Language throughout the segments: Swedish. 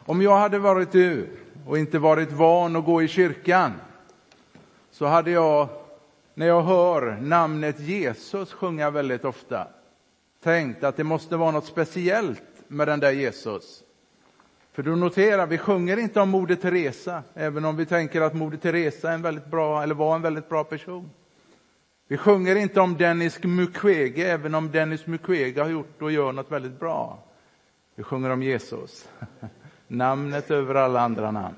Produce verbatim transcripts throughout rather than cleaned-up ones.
Om jag hade varit du och inte varit van att gå i kyrkan, så hade jag, när jag hör namnet Jesus sjunga väldigt ofta, tänkt att det måste vara något speciellt med den där Jesus. För du noterar, vi sjunger inte om Moder Teresa, även om vi tänker att Moder Teresa är en väldigt bra, eller var en väldigt bra person. Vi sjunger inte om Dennis Mukwege, även om Dennis Mukwege har gjort och gör något väldigt bra. Vi sjunger om Jesus. Namnet över alla andra namn.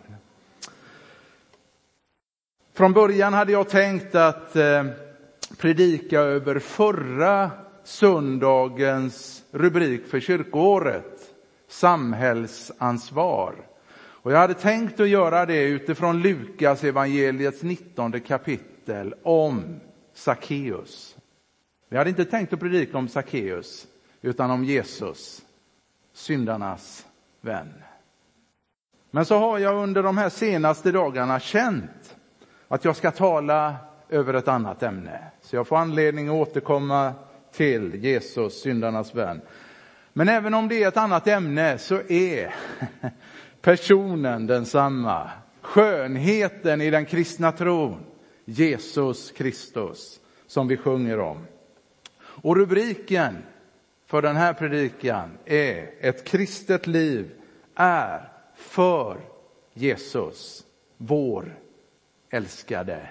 Från början hade jag tänkt att eh, predika över förra söndagens rubrik för kyrkoåret. Samhällsansvar. Och jag hade tänkt att göra det utifrån Lukas evangeliets nittonde kapitel om Sackeus. Vi hade inte tänkt att predika om Sackeus utan om Jesus, syndarnas vän. Men så har jag under de här senaste dagarna känt att jag ska tala över ett annat ämne. Så jag får anledning att återkomma till Jesus, syndarnas vän. Men även om det är ett annat ämne så är personen densamma. Skönheten i den kristna tron, Jesus Kristus, som vi sjunger om. Och rubriken för den här predikan är: ett kristet liv är för Jesus, vår älskade.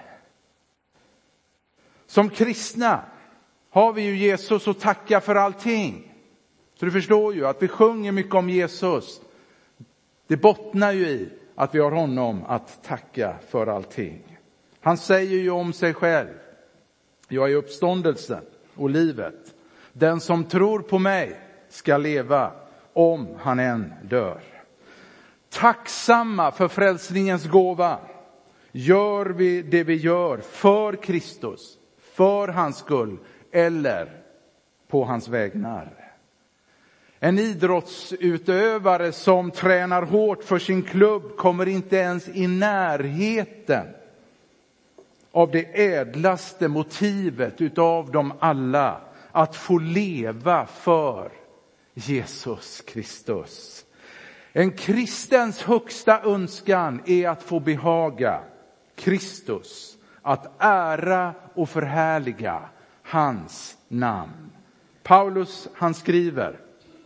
Som kristna har vi ju Jesus att tacka för allting. Så du förstår ju att vi sjunger mycket om Jesus. Det bottnar ju i att vi har honom att tacka för allting. Han säger ju om sig själv: jag är uppståndelsen och livet. Den som tror på mig ska leva om han än dör. Tacksamma för frälsningens gåva gör vi det vi gör för Kristus, för hans skull eller på hans vägnar. En idrottsutövare som tränar hårt för sin klubb kommer inte ens i närheten av det ädlaste motivet utav dem alla, att få leva för Jesus Kristus. En kristens högsta önskan är att få behaga Kristus, att ära och förhärliga hans namn. Paulus, han skriver: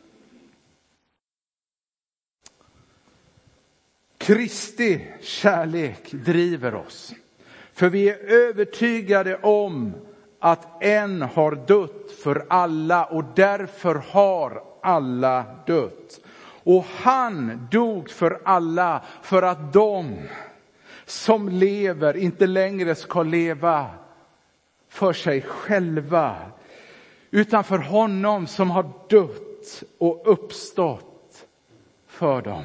Kristi kärlek driver oss, för vi är övertygade om att en har dött för alla och därför har alla dött. Och han dog för alla för att de som lever inte längre ska leva för sig själva, utan för honom som har dött och uppstått för dem.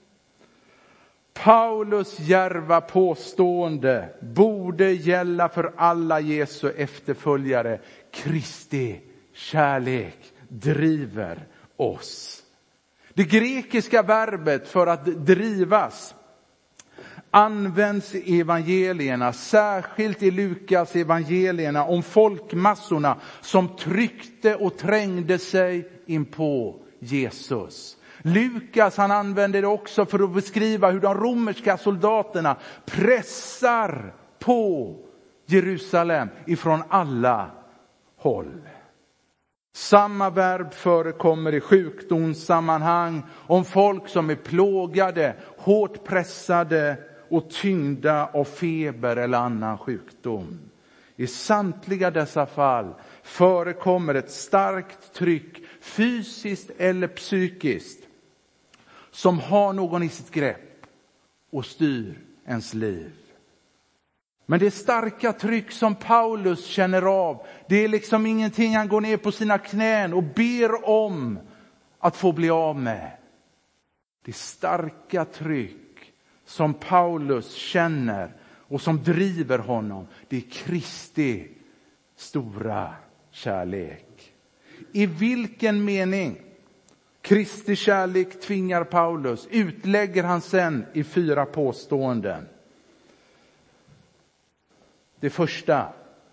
Paulus djärva påstående borde gälla för alla Jesu efterföljare. Kristi kärlek driver oss. Det grekiska verbet för att drivas används i evangelierna, särskilt i Lukas evangelierna, om folkmassorna som tryckte och trängde sig in på Jesus. Lukas, han använder det också för att beskriva hur de romerska soldaterna pressar på Jerusalem ifrån alla håll. Samma verb förekommer i sjukdomssammanhang om folk som är plågade, hårt pressade och tyngda av feber eller annan sjukdom. I samtliga dessa fall förekommer ett starkt tryck, fysiskt eller psykiskt, som har någon i sitt grepp och styr ens liv. Men det starka tryck som Paulus känner av, det är liksom ingenting han går ner på sina knän och ber om att få bli av med. Det starka tryck som Paulus känner och som driver honom, det är Kristi stora kärlek. I vilken mening Kristi kärlek tvingar Paulus utlägger han sen i fyra påståenden. Det första: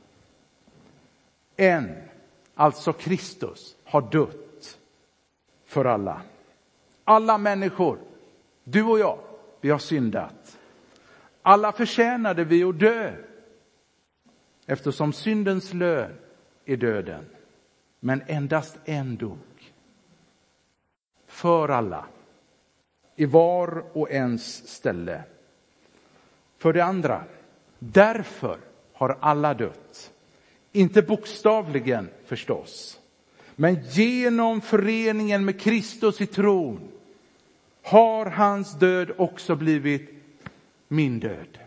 en, alltså Kristus, har dött för alla. Alla människor Du och jag, vi har syndat. Alla förtjänade vi att dö, eftersom syndens lön är döden. Men endast en dog. För alla. I var och ens ställe. För det andra, därför har alla dött. Inte bokstavligen förstås. Men genom föreningen med Kristus i tron har hans död också blivit min död.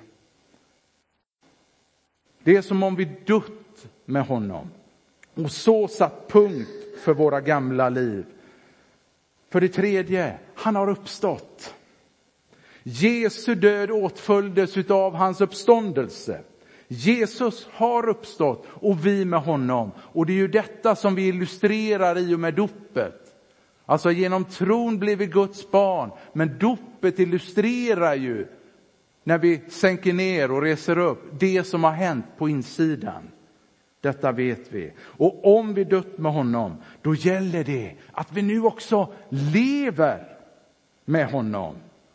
Det är som om vi dött med honom och så satt punkt för våra gamla liv. För det tredje, han har uppstått. Jesu död åtföljdes av hans uppståndelse. Jesus har uppstått och vi med honom. Och det är ju detta som vi illustrerar i och med dopet. Alltså genom tron blir vi Guds barn. Men dopet illustrerar ju när vi sänker ner och reser upp det som har hänt på insidan. Detta vet vi. Och om vi dött med honom, då gäller det att vi nu också lever med honom.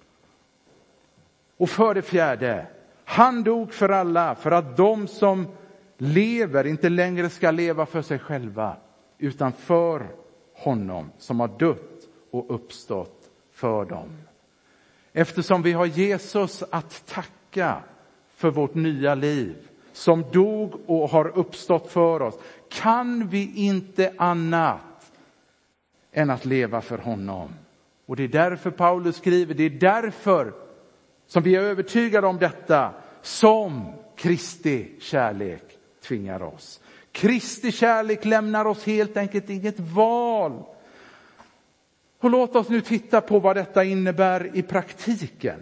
Och för det fjärde, han dog för alla, för att de som lever inte längre ska leva för sig själva, utan för honom som har dött och uppstått för dem. Eftersom vi har Jesus att tacka för vårt nya liv, som dog och har uppstått för oss, kan vi inte annat än att leva för honom. Och det är därför Paulus skriver, det är därför som vi är övertygade om detta, som Kristi kärlek tvingar oss. Kristi kärlek lämnar oss helt enkelt inget val. Och låt oss nu titta på vad detta innebär i praktiken.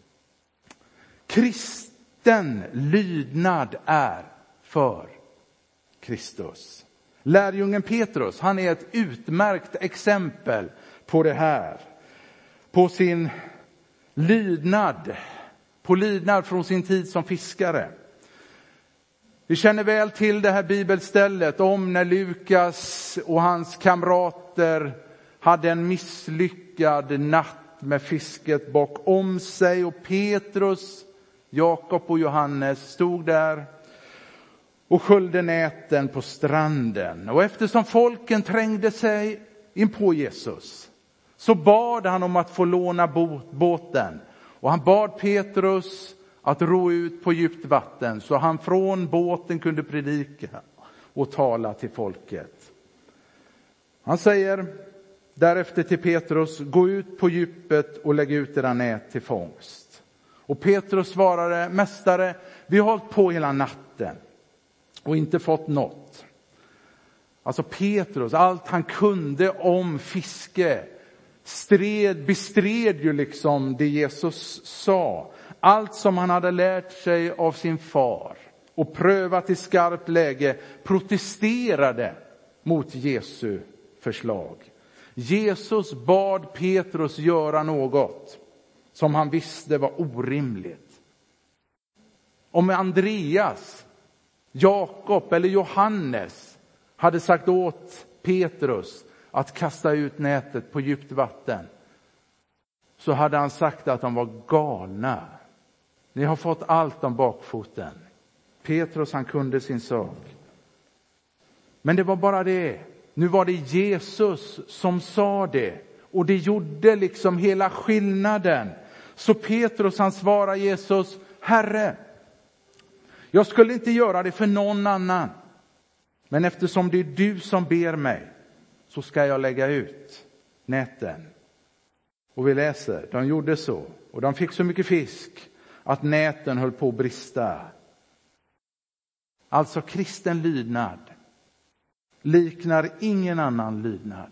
Kristen lydnad är för Kristus. Lärjungen Petrus, han är ett utmärkt exempel på det här. På sin lydnad, på lydnad från sin tid som fiskare. Vi känner väl till det här bibelstället om när Lukas och hans kamrater hade en misslyckad natt med fisket bakom sig. Och Petrus, Jakob och Johannes stod där och sköljde näten på stranden. Och eftersom folken trängde sig in på Jesus, så bad han om att få låna båten. Och han bad Petrus att ro ut på djupt vatten, så han från båten kunde predika och tala till folket. Han säger därefter till Petrus, gå ut på djupet och lägg ut era nät till fångst. Och Petrus svarade, mästare, vi har hållit på hela natten och inte fått något. Alltså Petrus, allt han kunde om fiske, stred, bestred ju liksom det Jesus sa. Allt som han hade lärt sig av sin far och prövat i skarpt läge protesterade mot Jesu förslag. Jesus bad Petrus göra något som han visste var orimligt. Om Andreas, Jakob eller Johannes hade sagt åt Petrus att kasta ut nätet på djupt vatten, så hade han sagt att de var galna. Ni har fått allt om bakfoten. Petrus, han kunde sin sak. Men det var bara det. Nu var det Jesus som sa det. Och det gjorde liksom hela skillnaden. Så Petrus, han svarar Jesus, Herre, jag skulle inte göra det för någon annan. Men eftersom det är du som ber mig, så ska jag lägga ut näten. Och vi läser, de gjorde så. Och de fick så mycket fisk att näten höll på att brista. Alltså kristen lydnad liknar ingen annan lydnad.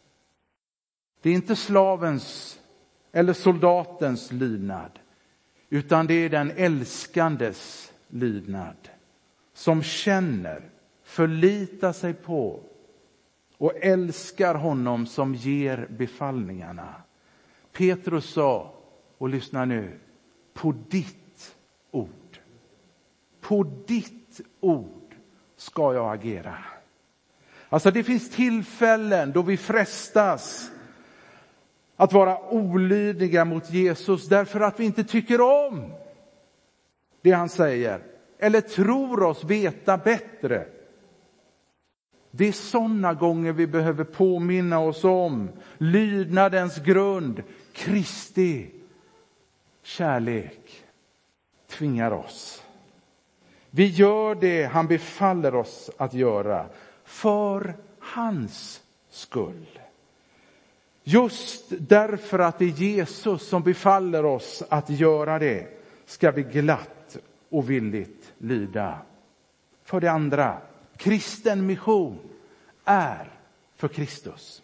Det är inte slavens eller soldatens lydnad, utan det är den älskandes lydnad. Som känner, förlitar sig på och älskar honom som ger befallningarna. Petrus sa, och lyssna nu, på ditt ord. På ditt ord ska jag agera. Alltså det finns tillfällen då vi frestas att vara olydiga mot Jesus därför att vi inte tycker om det han säger eller tror oss veta bättre. Det är sådana gånger vi behöver påminna oss om lydnadens grund. Kristi kärlek tvingar oss. Vi gör det han befaller oss att göra för hans skull. Just därför att det är Jesus som befaller oss att göra det ska vi glatt och villigt lyda. För det andra, kristen mission är för Kristus.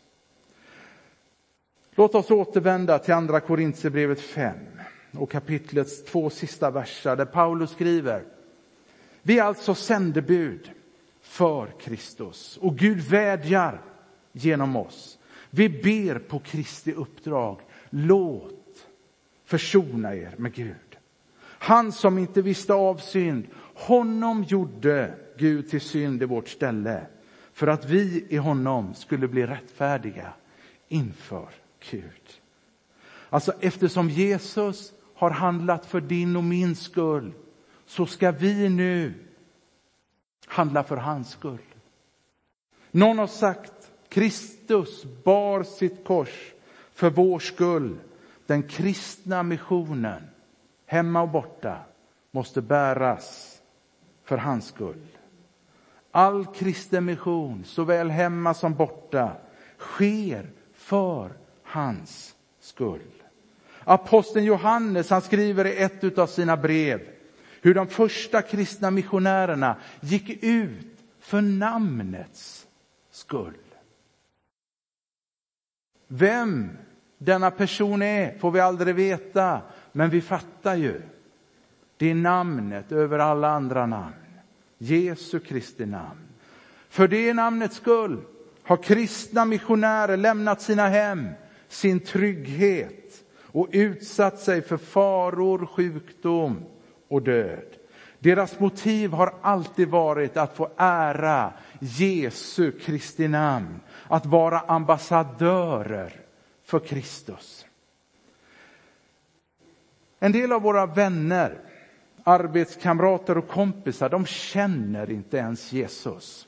Låt oss återvända till andra Korinthierbrevet fem och kapitlets två sista verser där Paulus skriver: vi är alltså sändebud för Kristus och Gud vädjar genom oss. Vi ber på Kristi uppdrag, låt försona er med Gud. Han som inte visste av synd, honom gjorde Gud till synd i vårt ställe, för att vi i honom skulle bli rättfärdiga inför Gud. Alltså eftersom Jesus har handlat för din och min skull, så ska vi nu handla för hans skull. Någon har sagt, Kristus bar sitt kors för vår skull. Den kristna missionen, hemma och borta, måste bäras för hans skull. All kristen mission, såväl hemma som borta, sker för hans skull. Aposteln Johannes, han skriver i ett av sina brev hur de första kristna missionärerna gick ut för namnets skull. Vem denna person är får vi aldrig veta, men vi fattar ju. Det är namnet över alla andra namn. Jesu Kristi namn. För det namnets skull har kristna missionärer lämnat sina hem, sin trygghet och utsatt sig för faror, sjukdom och död. Deras motiv har alltid varit att få ära Jesu Kristi namn, att vara ambassadörer för Kristus. En del av våra vänner, arbetskamrater och kompisar, de känner inte ens Jesus.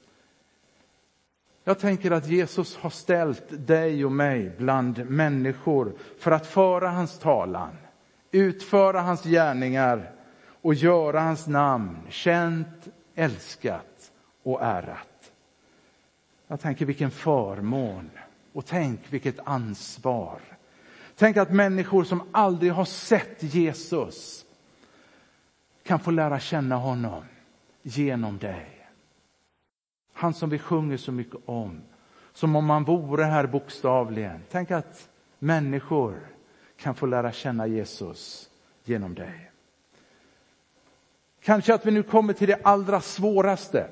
Jag tänker att Jesus har ställt dig och mig bland människor för att föra hans talan, utföra hans gärningar och göra hans namn känt, älskat och ärat. Jag tänker vilken förmån och tänk vilket ansvar. Tänk att människor som aldrig har sett Jesus kan få lära känna honom genom dig. Han som vi sjunger så mycket om. Som om man vore här bokstavligen. Tänk att människor kan få lära känna Jesus genom dig. Kanske att vi nu kommer till det allra svåraste.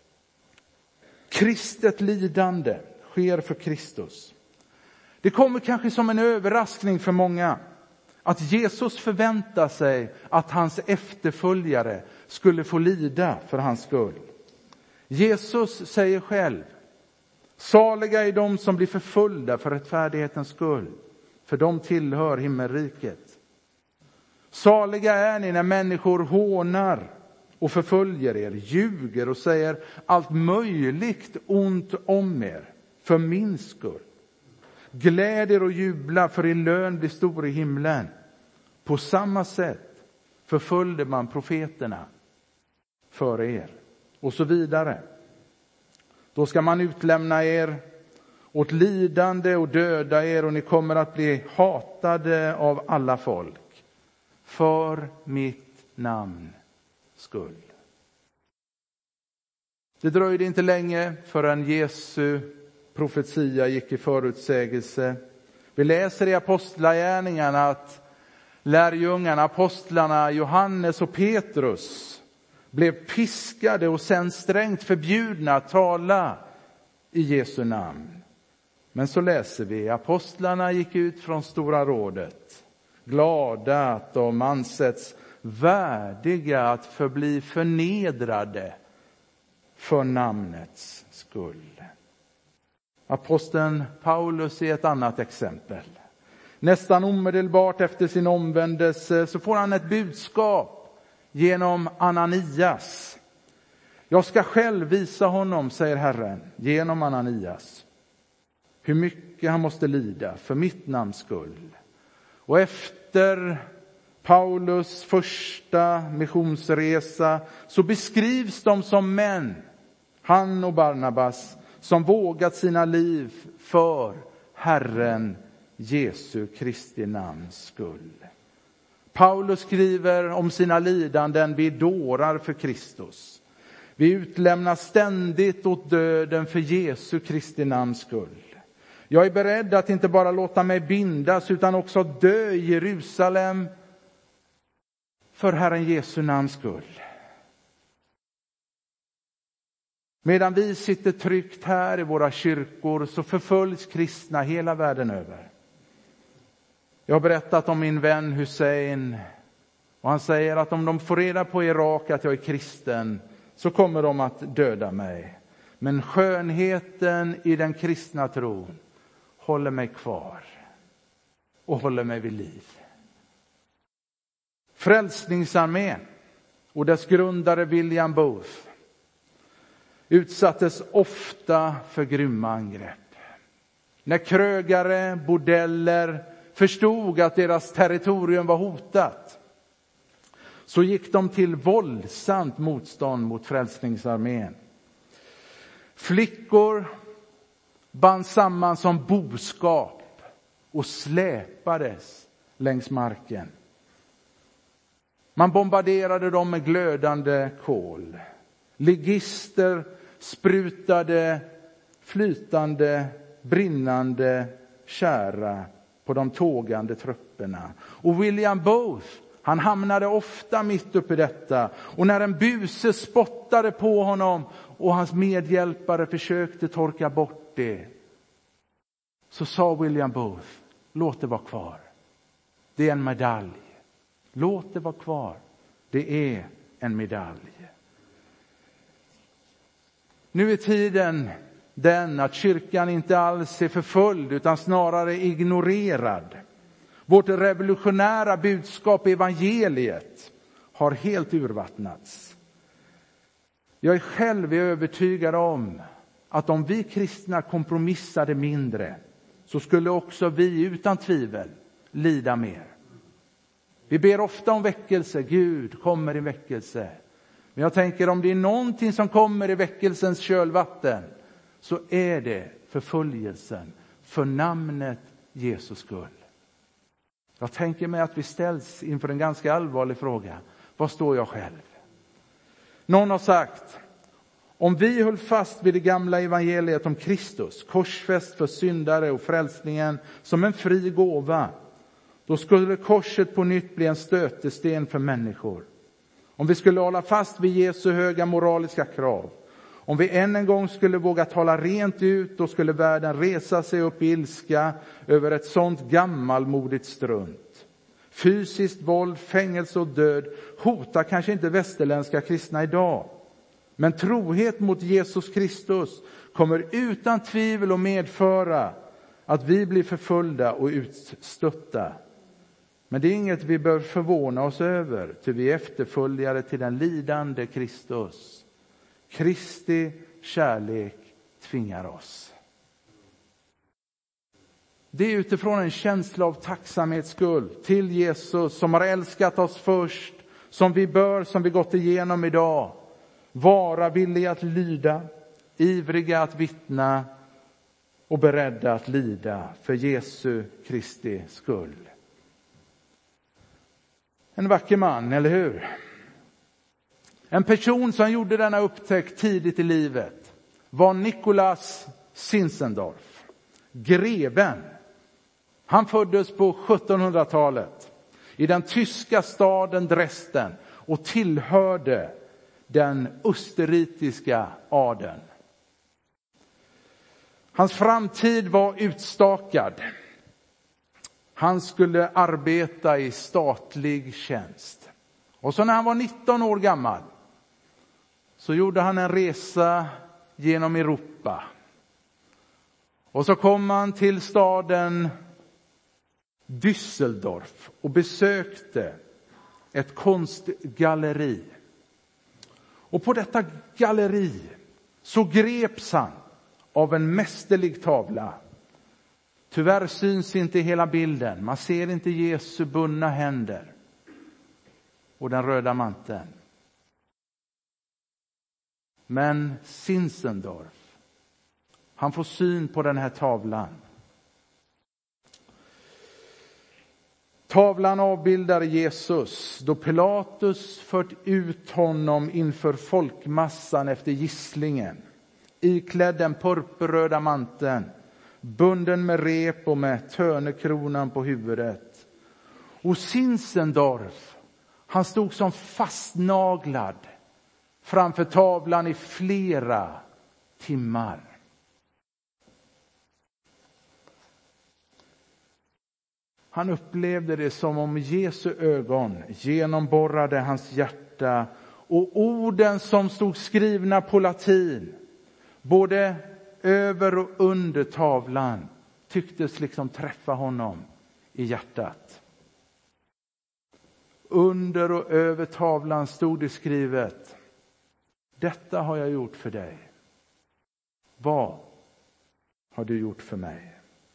Kristet lidande sker för Kristus. Det kommer kanske som en överraskning för många att Jesus förväntar sig att hans efterföljare skulle få lida för hans skull. Jesus säger själv: saliga är de som blir förföljda för rättfärdighetens skull, för de tillhör himmelriket. Saliga är ni när människor hånar och förföljer er, ljuger och säger allt möjligt ont om er för min skull. Gläd er och jubla, för er lön blir stor i himlen. På samma sätt förföljde man profeterna för er. Och så vidare. Då ska man utlämna er åt lidande och döda er, och ni kommer att bli hatade av alla folk för mitt namn skull. Det dröjde inte länge förrän Jesu profetia gick i förutsägelse. Vi läser i apostlagärningarna att lärjungarna, apostlarna Johannes och Petrus blev piskade och sen strängt förbjudna att tala i Jesu namn. Men så läser vi: apostlarna gick ut från Stora rådet, glada att de ansetts värdiga att förbli förnedrade för namnets skull. Aposteln Paulus är ett annat exempel. Nästan omedelbart efter sin omvändelse så får han ett budskap genom Ananias. Jag ska själv visa honom, säger Herren, genom Ananias, hur mycket han måste lida för mitt namns skull. Och efter Paulus första missionsresa så beskrivs de som män, han och Barnabas, som vågat sina liv för Herren Jesu Kristi namns skull. Paulus skriver om sina lidanden: vi dårar för Kristus. Vi utlämnas ständigt åt döden för Jesu Kristi namns skull. Jag är beredd att inte bara låta mig bindas utan också dö i Jerusalem för Herren Jesu namns skull. Medan vi sitter tryggt här i våra kyrkor så förföljs kristna hela världen över. Jag har berättat om min vän Hussein, och han säger att om de får reda på Irak att jag är kristen så kommer de att döda mig. Men skönheten i den kristna tron håller mig kvar och håller mig vid liv. Frälsningsarmén och dess grundare William Booth utsattes ofta för grymma angrepp. När krögare, bordeller förstod att deras territorium var hotat så gick de till våldsamt motstånd mot Frälsningsarmén. Flickor band samman som boskap och släpades längs marken. Man bombarderade dem med glödande kol. Ligister sprutade flytande, brinnande kära på de tågande trupperna. Och William Booth, han hamnade ofta mitt uppe i detta. Och när en buse spottade på honom och hans medhjälpare försökte torka bort det, så sa William Booth: låt det vara kvar. Det är en medalj. Låt det vara kvar. Det är en medalj. Nu är tiden den att kyrkan inte alls är förföljd utan snarare ignorerad. Vårt revolutionära budskap, evangeliet, har helt urvattnats. Jag är själv övertygad om att om vi kristna kompromissade mindre så skulle också vi utan tvivel lida mer. Vi ber ofta om väckelse. Gud kommer i väckelse. Men jag tänker, om det är någonting som kommer i väckelsens kölvatten så är det förföljelsen för namnet Jesus skull. Jag tänker mig att vi ställs inför en ganska allvarlig fråga. Vad står jag själv? Någon har sagt: om vi höll fast vid det gamla evangeliet om Kristus, korsfäst för syndare och frälsningen som en fri gåva, då skulle korset på nytt bli en stötesten för människor. Om vi skulle hålla fast vid Jesu höga moraliska krav, om vi än en gång skulle våga tala rent ut, då skulle världen resa sig upp i ilska över ett sånt gammalmodigt strunt. Fysiskt våld, fängelse och död hotar kanske inte västerländska kristna idag. Men trohet mot Jesus Kristus kommer utan tvivel att medföra att vi blir förföljda och utstötta. Men det är inget vi bör förvåna oss över, ty vi är efterföljare till den lidande Kristus. Kristi kärlek tvingar oss. Det är utifrån en känsla av tacksamhetsskuld till Jesus som har älskat oss först, som vi bör, som vi gått igenom idag, vara villiga att lyda, ivriga att vittna och beredda att lida för Jesu Kristi skull. En vacker man, eller hur? En person som gjorde denna upptäckt tidigt i livet var Nikolaus Zinzendorf, greven. Han föddes på sjuttonhundratalet i den tyska staden Dresden och tillhörde den österrikiska adeln. Hans framtid var utstakad. Han skulle arbeta i statlig tjänst. Och så när han var nitton år gammal så gjorde han en resa genom Europa. Och så kom han till staden Düsseldorf och besökte ett konstgalleri. Och på detta galleri så greps han av en mästerlig tavla. Tyvärr syns inte hela bilden. Man ser inte Jesu bundna händer och den röda manteln. Men Zinzendorf, han får syn på den här tavlan. Tavlan avbildar Jesus då Pilatus fört ut honom inför folkmassan efter gisslingen. Iklädd den purpurröda manteln, bunden med rep och med törnekronan på huvudet. Och Zinzendorf, han stod som fastnaglad framför tavlan i flera timmar. Han upplevde det som om Jesu ögon genomborrade hans hjärta och orden som stod skrivna på latin, både över och under tavlan, tycktes liksom träffa honom i hjärtat. Under och över tavlan stod det skrivet: detta har jag gjort för dig. Vad har du gjort för mig?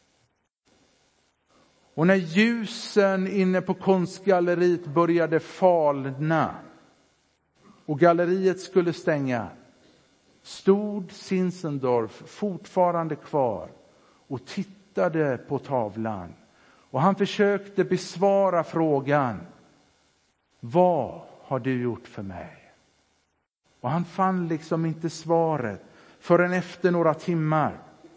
Och när ljusen inne på konstgalleriet började falna och galleriet skulle stänga, stod Zinzendorf fortfarande kvar och tittade på tavlan. Och han försökte besvara frågan: vad har du gjort för mig? Och han fann liksom inte svaret förrän efter några timmar.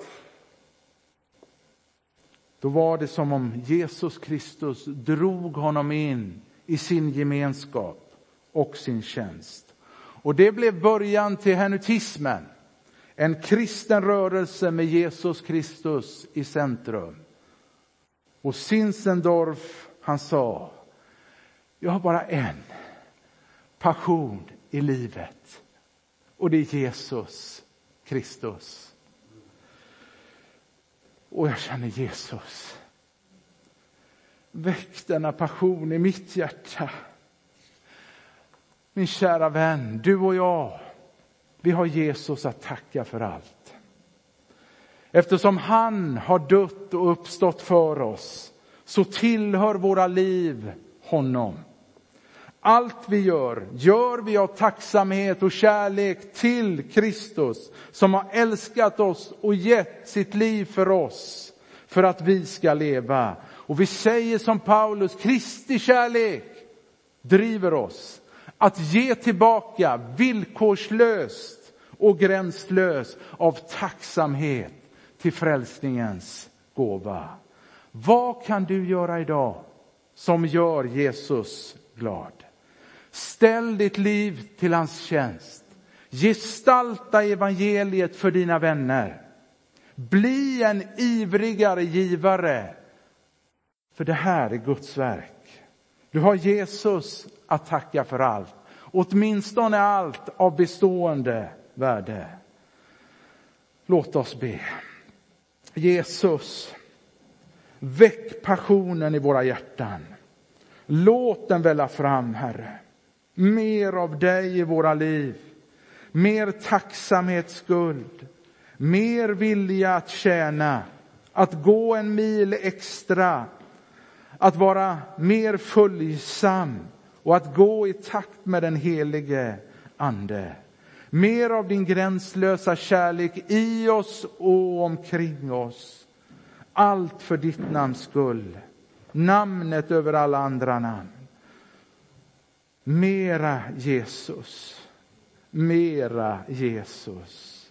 Då var det som om Jesus Kristus drog honom in i sin gemenskap och sin tjänst. Och det blev början till henutismen. En kristen rörelse med Jesus Kristus i centrum. Och Zinzendorf, han sa: jag har bara en passion i livet. Och det är Jesus Kristus. Och jag känner Jesus. Väck denna passion i mitt hjärta. Min kära vän, du och jag, vi har Jesus att tacka för allt. Eftersom han har dött och uppstått för oss, så tillhör våra liv honom. Allt vi gör, gör vi av tacksamhet och kärlek till Kristus, som har älskat oss och gett sitt liv för oss, för att vi ska leva. Och vi säger som Paulus: Kristi kärlek driver oss att ge tillbaka villkorslöst och gränslöst av tacksamhet till frälsningens gåva. Vad kan du göra idag som gör Jesus glad? Ställ ditt liv till hans tjänst. Gestalta evangeliet för dina vänner. Bli en ivrigare givare. För det här är Guds verk. Du har Jesus att tacka för allt. Åtminstone allt av bestående värde. Låt oss be. Jesus, väck passionen i våra hjärtan. Låt den välla fram, Herre. Mer av dig i våra liv. Mer tacksamhetsskuld. Mer vilja att tjäna. Att gå en mil extra. Att vara mer följsam. Och att gå i takt med den helige ande. Mer av din gränslösa kärlek i oss och omkring oss. Allt för ditt namns skull. Namnet över alla andra namn. Mera Jesus. Mera Jesus.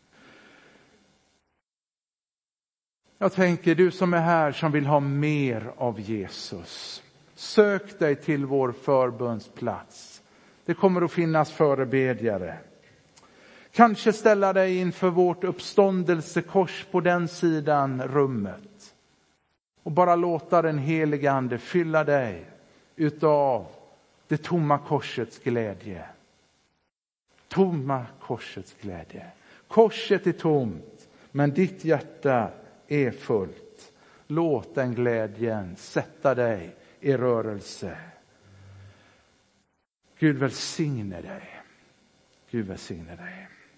Jag tänker, du som är här som vill ha mer av Jesus. Sök dig till vår förbönsplats. Det kommer att finnas förebedjare. Kanske ställa dig inför vårt uppståndelsekors på den sidan rummet. Och bara låta den helige ande fylla dig utav det tomma korsets glädje. Tomma korsets glädje. Korset är tomt, men ditt hjärta är fullt. Låt den glädjen sätta dig i rörelse. Gud välsigne dig. Gud välsigne dig.